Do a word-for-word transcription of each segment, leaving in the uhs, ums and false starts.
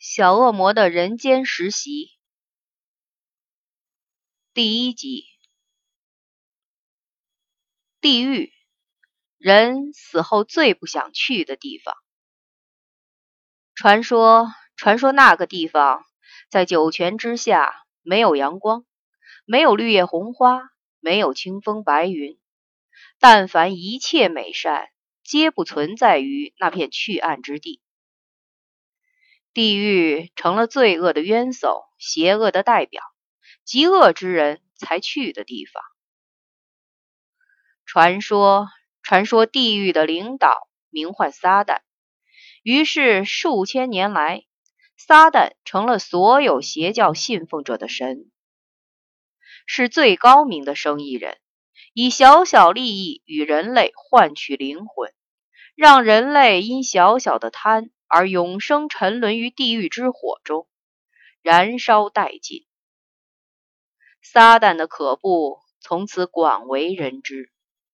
小恶魔的人间实习第一集。地狱，人死后最不想去的地方。传说，传说那个地方在九泉之下，没有阳光，没有绿叶红花，没有清风白云，但凡一切美善，皆不存在于那片去暗之地。地狱成了罪恶的冤首，邪恶的代表，极恶之人才去的地方。传说，传说地狱的领导名唤撒旦，于是数千年来，撒旦成了所有邪教信奉者的神，是最高明的生意人，以小小利益与人类换取灵魂，让人类因小小的贪而永生沉沦于地狱之火中，燃烧殆尽。撒旦的可怖从此广为人知。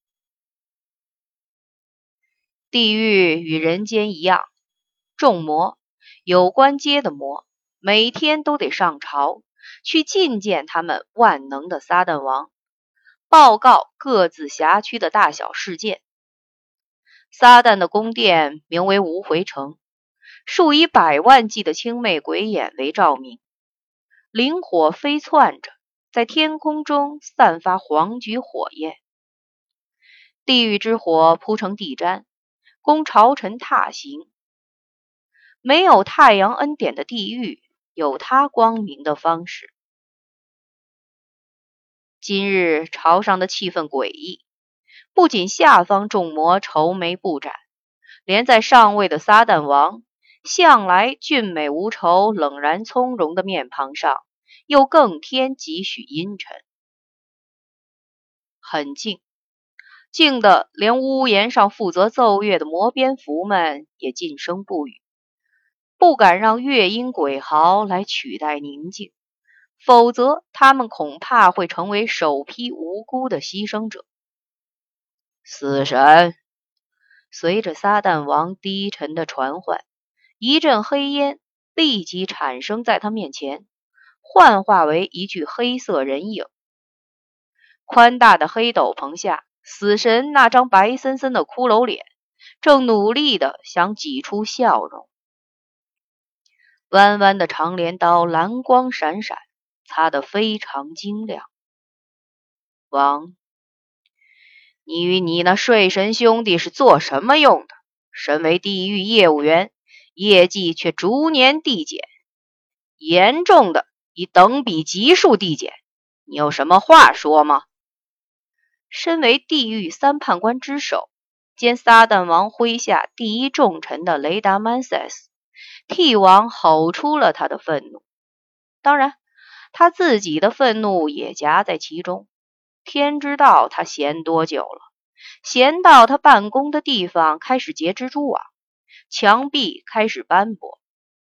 地狱与人间一样，众魔，有关阶的魔，每天都得上朝，去觐见他们万能的撒旦王，报告各自辖区的大小事件。撒旦的宫殿名为无回城，数以百万计的青魅鬼眼为照明，灵火飞窜着，在天空中散发黄橘火焰。地狱之火铺成地毡，供朝臣踏行。没有太阳恩典的地狱，有它光明的方式。今日朝上的气氛诡异，不仅下方众魔愁眉不展，连在上位的撒旦王向来俊美无愁、冷然从容的面庞上，又更添几许阴沉。很静，静的连屋檐上负责奏乐的魔蝙蝠们也噤声不语，不敢让乐音鬼嚎来取代宁静，否则他们恐怕会成为首批无辜的牺牲者。死神，随着撒旦王低沉的传唤，一阵黑烟立即产生在他面前，幻化为一具黑色人影。宽大的黑斗篷下，死神那张白森森的骷髅脸正努力地想挤出笑容。弯弯的长镰刀蓝光闪闪，擦得非常晶亮。王，你与你那睡神兄弟是做什么用的？身为地狱业务员，业绩却逐年递减，严重的以等比级数递减，你有什么话说吗？身为地狱三判官之首，兼撒旦王麾下第一重臣的雷达曼塞斯替王吼出了他的愤怒，当然他自己的愤怒也夹在其中。天知道他闲多久了，闲到他办公的地方开始结蜘蛛网，墙壁开始斑驳。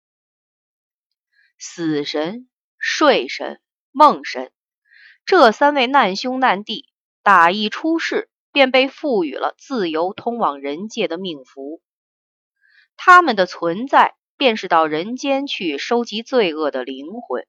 死神、睡神、梦神，这三位难兄难弟打一出世便被赋予了自由通往人界的命符，他们的存在便是到人间去收集罪恶的灵魂。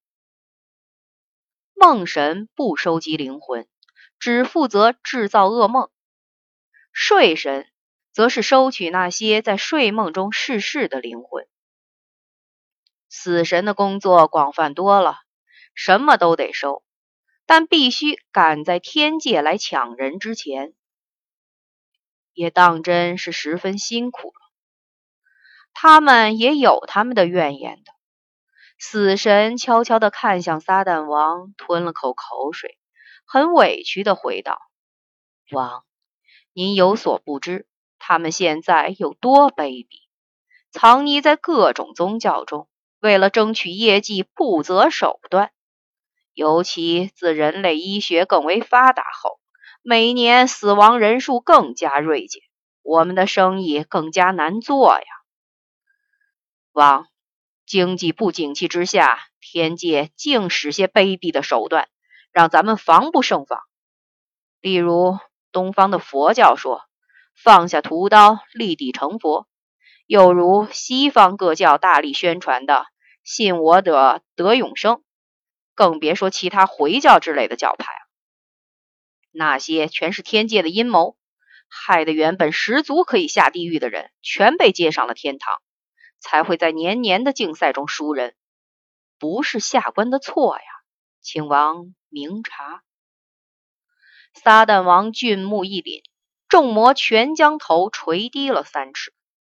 梦神不收集灵魂，只负责制造噩梦。睡神则是收取那些在睡梦中逝世的灵魂。死神的工作广泛多了，什么都得收，但必须赶在天界来抢人之前，也当真是十分辛苦了。他们也有他们的怨言的。死神悄悄地看向撒旦王，吞了口口水，很委屈地回道：王，您有所不知，他们现在有多卑鄙，藏匿在各种宗教中，为了争取业绩不择手段。尤其自人类医学更为发达后，每年死亡人数更加锐减，我们的生意更加难做呀。王，经济不景气之下，天界竟使些卑鄙的手段，让咱们防不胜防。例如东方的佛教说放下屠刀立地成佛，又如西方各教大力宣传的信我者得永生，更别说其他回教之类的教派了。那些全是天界的阴谋，害得原本十足可以下地狱的人全被接上了天堂，才会在年年的竞赛中输人。不是下官的错呀，请王明察。撒旦王俊目一凛，众魔全将头垂低了三尺。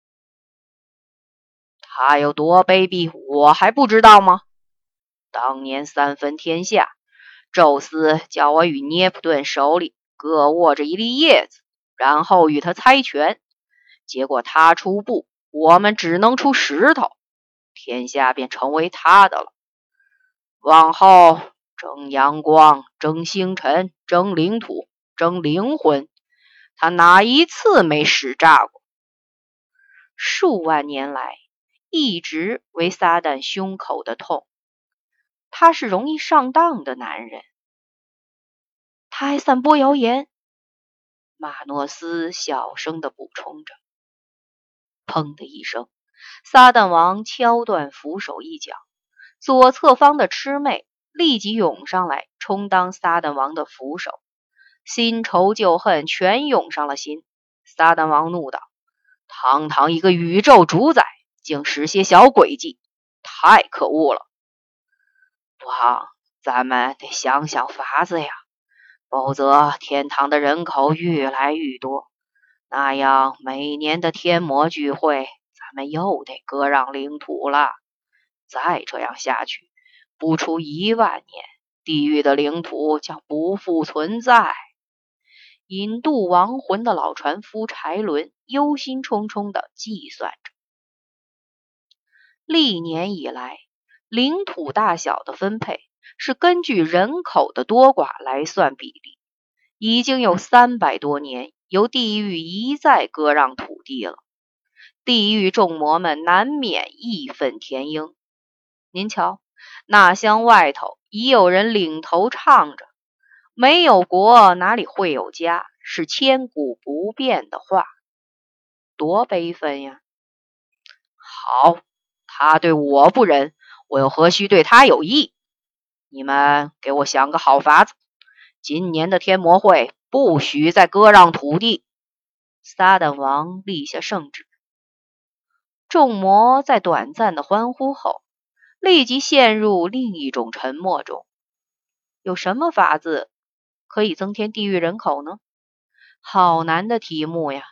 他有多卑鄙，我还不知道吗？当年三分天下，宙斯叫我与涅普顿手里各握着一粒叶子，然后与他猜拳，结果他出布，我们只能出石头，天下便成为他的了。往后争阳光，争星辰，争领土，争灵魂，他哪一次没使诈过？数万年来一直为撒旦胸口的痛，他是容易上当的男人。他还散播谣言，马诺斯小声地补充着。砰的一声，撒旦王敲断扶手一角，左侧方的魑魅立即涌上来充当撒旦王的扶手，新仇旧恨全涌上了心。撒旦王怒道：堂堂一个宇宙主宰，竟使些小诡计，太可恶了！王，咱们得想想法子呀，否则天堂的人口越来越多，那样每年的天魔聚会，咱们又得割让领土了。再这样下去，不出一万年，地狱的领土将不复存在。引渡亡魂的老船夫柴伦忧心忡忡地计算着。历年以来，领土大小的分配是根据人口的多寡来算比例，已经有三百多年由地狱一再割让土地了。地狱众魔们难免义愤填膺。您瞧，那乡外头已有人领头唱着没有国哪里会有家，是千古不变的话，多悲愤呀！好，他对我不仁，我又何须对他有益？你们给我想个好法子，今年的天魔会不许再割让土地。撒旦王立下圣旨。众魔在短暂的欢呼后，立即陷入另一种沉默中。有什么法子可以增添地狱人口呢？好难的题目呀！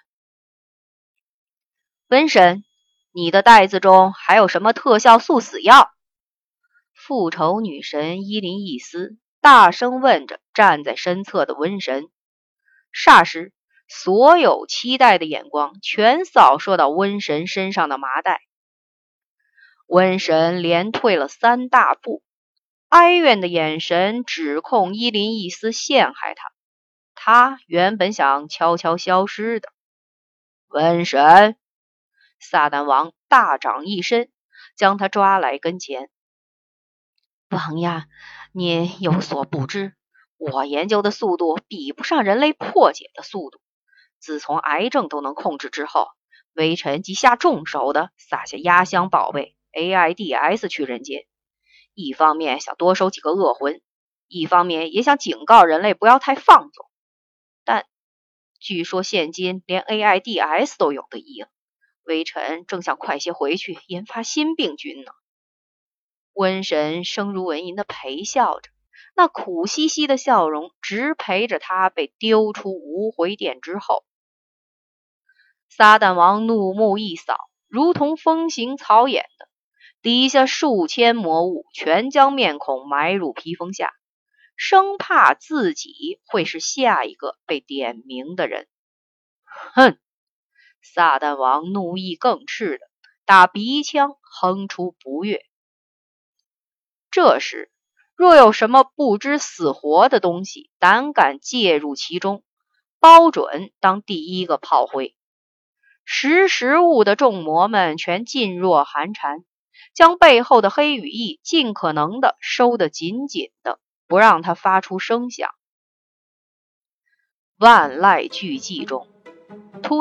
瘟神，你的袋子中还有什么特效速死药？复仇女神伊林伊斯大声问着站在身侧的瘟神。霎时，所有期待的眼光全扫射到瘟神身上的麻袋。瘟神连退了三大步，哀怨的眼神指控伊林伊斯陷害他。他原本想悄悄消失的。瘟神！撒旦王大掌一伸，将他抓来跟前。王呀，您有所不知，我研究的速度比不上人类破解的速度。自从癌症都能控制之后，微臣即下重手的撒下压箱宝贝 A I D S 去人间，一方面想多收几个恶魂，一方面也想警告人类不要太放纵。但据说现今连 A I D S 都有的医了，微臣正想快些回去研发新病菌呢。瘟神声如蚊蝇的陪笑着，那苦兮兮的笑容直陪着他被丢出无回殿之后。撒旦王怒目一扫，如同风行草偃的，底下数千魔物全将面孔埋入披风下，生怕自己会是下一个被点名的人。哼！撒旦王怒意更炽的打鼻腔哼出不悦。这时，若有什么不知死活的东西胆敢介入其中，包准当第一个炮灰。识时务的众魔们全噤若寒蝉，将背后的黑羽翼尽可能的收得紧紧的，不让它发出声响。万籁俱寂中，突的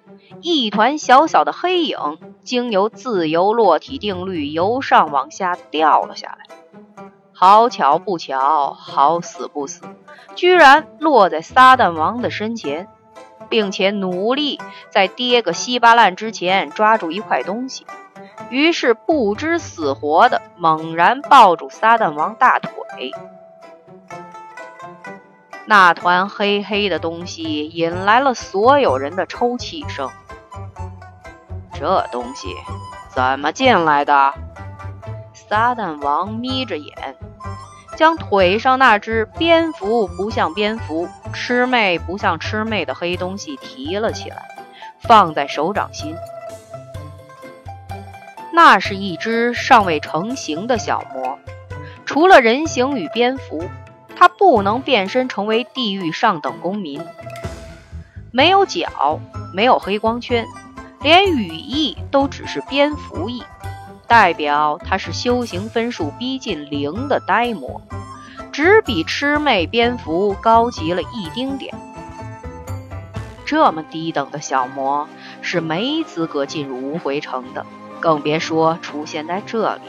一团小小的黑影经由自由落体定律由上往下掉了下来。好巧不巧，好死不死，居然落在撒旦王的身前，并且努力在跌个稀巴烂之前抓住一块东西，于是不知死活的猛然抱住撒旦王大腿。那团黑黑的东西引来了所有人的抽泣声。这东西怎么进来的？撒旦王眯着眼，将腿上那只蝙蝠不像蝙蝠、魑魅不像魑魅的黑东西提了起来，放在手掌心。那是一只尚未成型的小魔，除了人形与蝙蝠，它不能变身成为地狱上等公民。没有脚，没有黑光圈，连羽翼都只是蝙蝠翼，代表它是修行分数逼近零的呆魔，只比魑魅蝙蝠高级了一丁点。这么低等的小魔是没资格进入无回城的，更别说出现在这里了。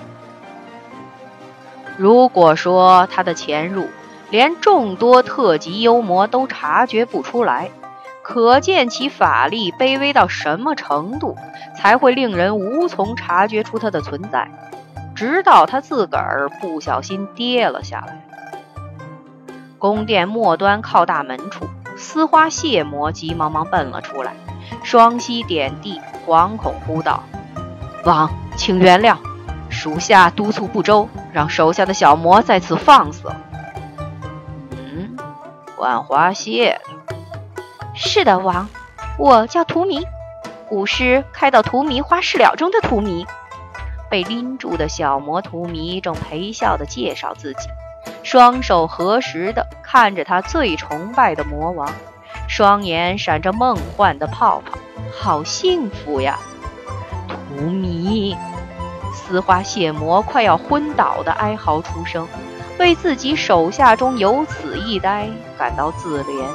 如果说他的潜入连众多特级幽魔都察觉不出来，可见其法力卑微到什么程度，才会令人无从察觉出他的存在，直到他自个儿不小心跌了下来。宫殿末端靠大门处，丝花蟹魔急忙忙奔了出来，双膝点地，惶恐呼道：王，请原谅，属下督促不周，让手下的小魔在此放肆了。嗯，万花蟹。是的，王，我叫荼蘼，古诗开到荼蘼花事了中的荼蘼。被拎住的小魔荼蘼正陪笑地介绍自己，双手合十地看着他最崇拜的魔王，双眼闪着梦幻的泡泡，好幸福呀！荼蘼，丝花蟹魔快要昏倒的哀嚎出声，为自己手下中有此一呆感到自怜。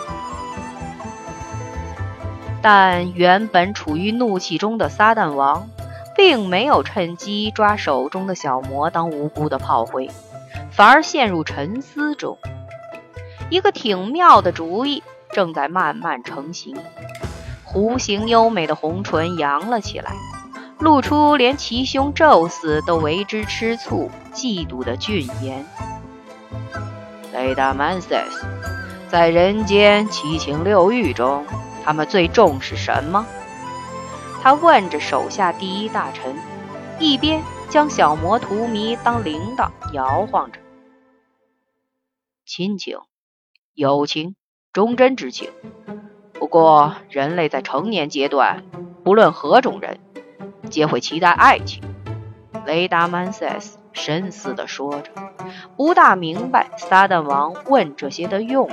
但原本处于怒气中的撒旦王并没有趁机抓手中的小魔当无辜的炮灰，反而陷入沉思中。一个挺妙的主意正在慢慢成型，弧形优美的红唇扬了起来，露出连其兄宙斯都为之吃醋嫉妒的俊颜。雷达曼塞斯，在人间七情六欲中，他们最重视什么？他问着手下第一大臣，一边将小魔荼蘼当铃铛摇晃着。亲情、友情、忠贞之情。不过人类在成年阶段，不论何种人，皆会期待爱情。雷达曼塞斯深思地说着，不大明白撒旦王问这些的用意。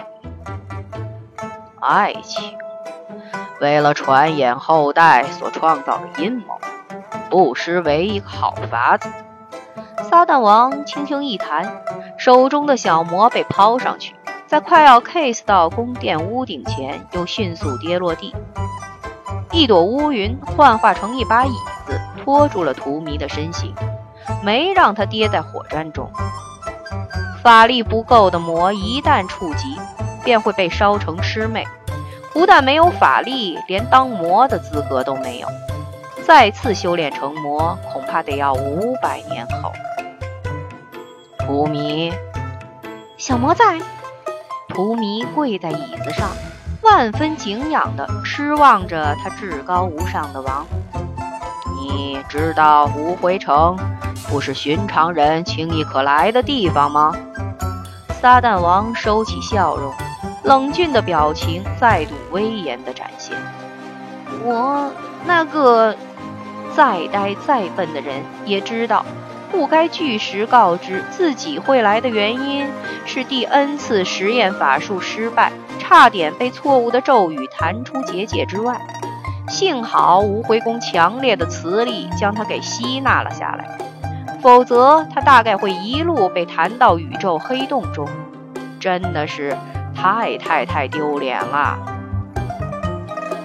爱情，为了传衍后代所创造的阴谋，不失为一个好法子。撒旦王轻轻一弹，手中的小魔被抛上去，在快要 case 到宫殿屋顶前，又迅速跌落地。一朵乌云幻化成一把椅子，拖住了荼蘼的身形，没让他跌在火山中。法力不够的魔一旦触及，便会被烧成魑魅，不但没有法力，连当魔的资格都没有。再次修炼成魔，恐怕得要五百年后。荼蘼， 小魔在。 荼蘼跪在椅子上，万分敬仰地痴望着他至高无上的王。你知道无回城不是寻常人轻易可来的地方吗？撒旦王收起笑容，冷峻的表情再度威严地展现。我那个再呆再笨的人也知道，不该据实告知自己会来的原因是第 N 次实验法术失败，差点被错误的咒语弹出结界之外。幸好无回宫强烈的磁力将他给吸纳了下来，否则他大概会一路被弹到宇宙黑洞中，真的是太太太丢脸了。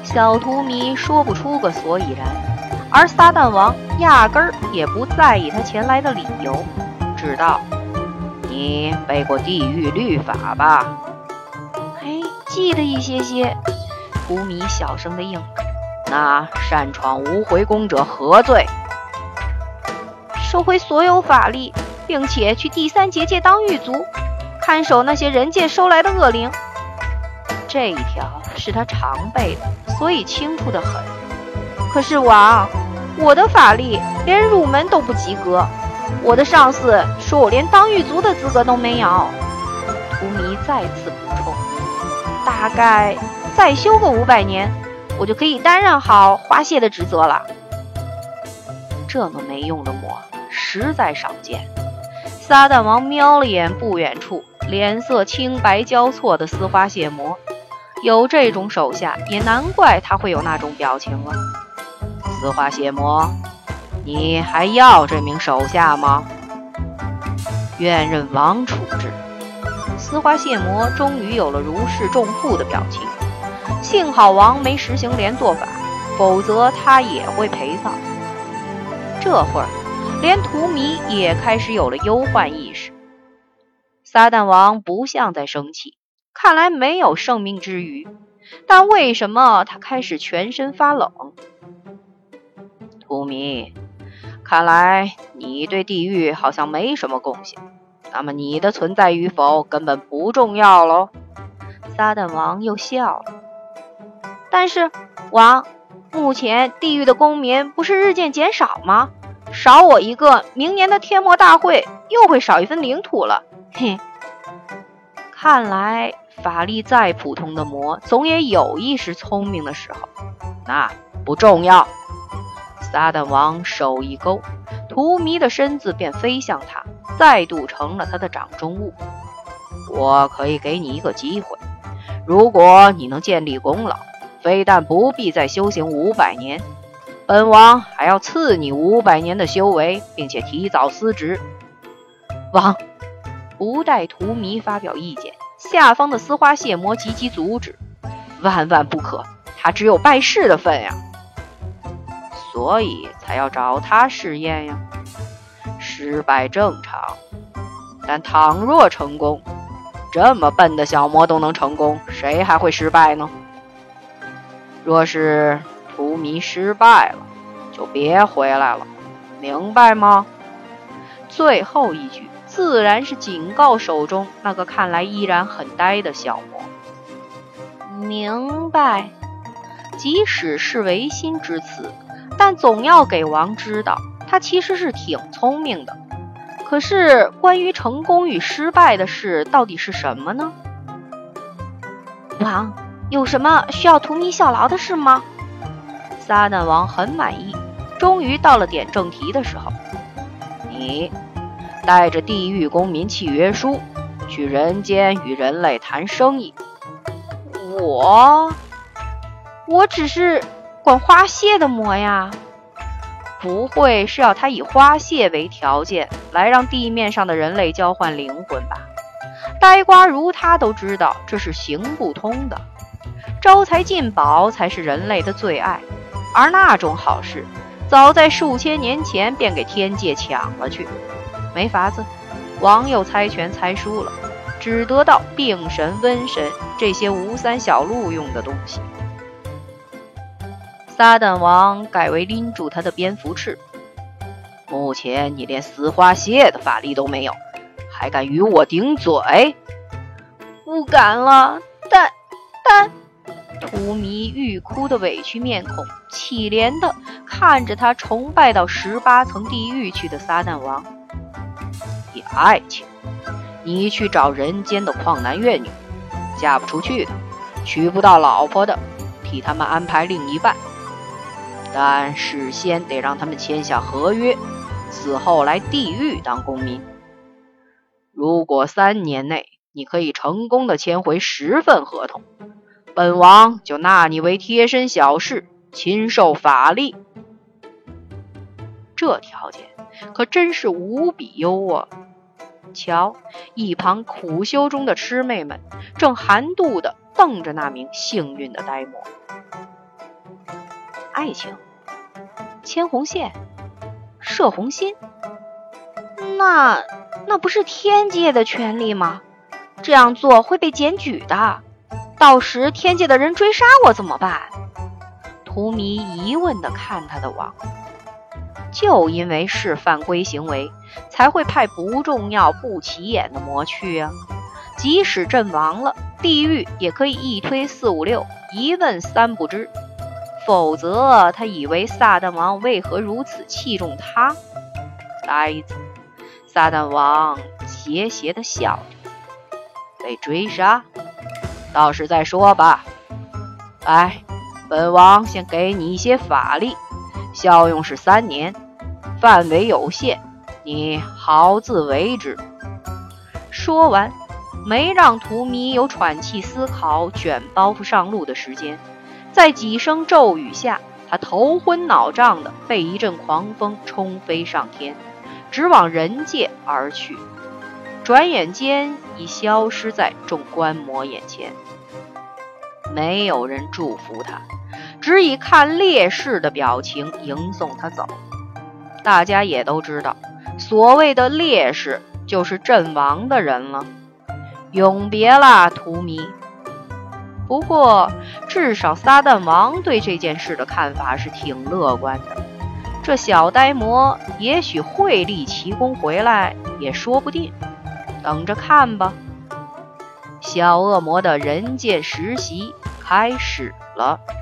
小荼蘼说不出个所以然，而撒旦王压根儿也不在意他前来的理由，只道：你背过地狱律法吧？ 哎，记得一些些。 荼蘼小声地应着。那擅闯无回宫者何罪？ 收回所有法力，并且去第三结界当狱卒，看守那些人界收来的恶灵。 这一条是他常背的，所以清楚得很。 可是王，我的法力连入门都不及格，我的上司说我连当狱卒的资格都没有。 荼蘼再次补充， 大概再修个五百年，我就可以担任好花谢的职责了。 这么没用的魔实在少见。撒旦王瞄了眼不远处脸色青白交错的丝花蟹魔，有这种手下也难怪他会有那种表情了。丝花蟹魔，你还要这名手下吗？愿任王处置。丝花蟹魔终于有了如释重负的表情，幸好王没实行连坐法，否则他也会陪葬。这会儿连荼蘼也开始有了忧患意识。撒旦王不像在生气，看来没有生命之虞，但为什么他开始全身发冷？荼蘼，看来你对地狱好像没什么贡献，那么你的存在与否根本不重要咯。撒旦王又笑了。 但是王，目前地狱的公民不是日渐减少吗？少我一个，明年的天魔大会又会少一分领土了。嘿， 看来法力再普通的魔总也有一时聪明的时候。那不重要。撒旦王手一勾，荼蘼的身子便飞向他，再度成了他的掌中物。我可以给你一个机会，如果你能建立功劳，非但不必再修行五百年，本王还要赐你五百年的修为，并且提早司职。王，不待荼蘼发表意见，下方的丝花蟹魔急急阻止，万万不可，他只有拜师的份呀，所以才要找他试验呀。失败正常，但倘若成功，这么笨的小魔都能成功，谁还会失败呢？若是荼蘼失败了，就别回来了，明白吗？最后一句自然是警告手中那个看来依然很呆的小魔。 明白。 即使是违心之词，但总要给王知道他其实是挺聪明的。可是关于成功与失败的事到底是什么呢？ 王，有什么需要荼蘼效劳的事吗？ 撒旦王很满意，终于到了点正题的时候。你带着地狱公民契约书去人间与人类谈生意。 我我只是管花谢的魔呀。 不会是要他以花谢为条件来让地面上的人类交换灵魂吧？呆瓜如他都知道这是行不通的。招财进宝才是人类的最爱，而那种好事早在数千年前便给天界抢了去。没法子，王又猜拳猜输了，只得到病神瘟神这些吴三小路用的东西。撒旦王改为拎住他的蝙蝠翅。目前你连丝花蟹的法力都没有，还敢与我顶嘴？ 不敢了，但但荼蘼欲哭的委屈面孔，凄怜的看着他崇拜到十八层地狱去的撒旦王。以爱情，你去找人间的旷男怨女，嫁不出去的，娶不到老婆的，替他们安排另一半，但事先得让他们签下合约，此后来地狱当公民。如果三年内你可以成功的签回十份合同，本王就纳你为贴身小侍，亲授法力。这条件可真是无比优啊！瞧，一旁苦修中的魑魅们正寒妒地瞪着那名幸运的呆魔。 爱情？牵红线，射红心？ 那那不是天界的权利吗？这样做会被检举的，到时天界的人追杀我怎么办？ 荼蘼疑问地看他的王。就因为是犯规行为，才会派不重要不起眼的魔去啊。即使阵亡了，地狱也可以一推四五六，一问三不知。否则他以为撒旦王为何如此器重他？呆子！撒旦王邪邪地笑着。被追杀？到时再说吧。来，本王先给你一些法力，效用是三年，范围有限，你好自为之。说完，没让荼蘼有喘气思考卷包袱上路的时间，在几声咒语下，他头昏脑胀的被一阵狂风冲飞上天，直往人界而去，转眼间已消失在众观摩眼前。没有人祝福他，只以看烈士的表情迎送他走。大家也都知道，所谓的烈士就是阵亡的人了。永别啦，荼蘼。不过至少撒旦王对这件事的看法是挺乐观的，这小呆魔也许会立奇功回来也说不定，等着看吧。小恶魔的人间实习开始了。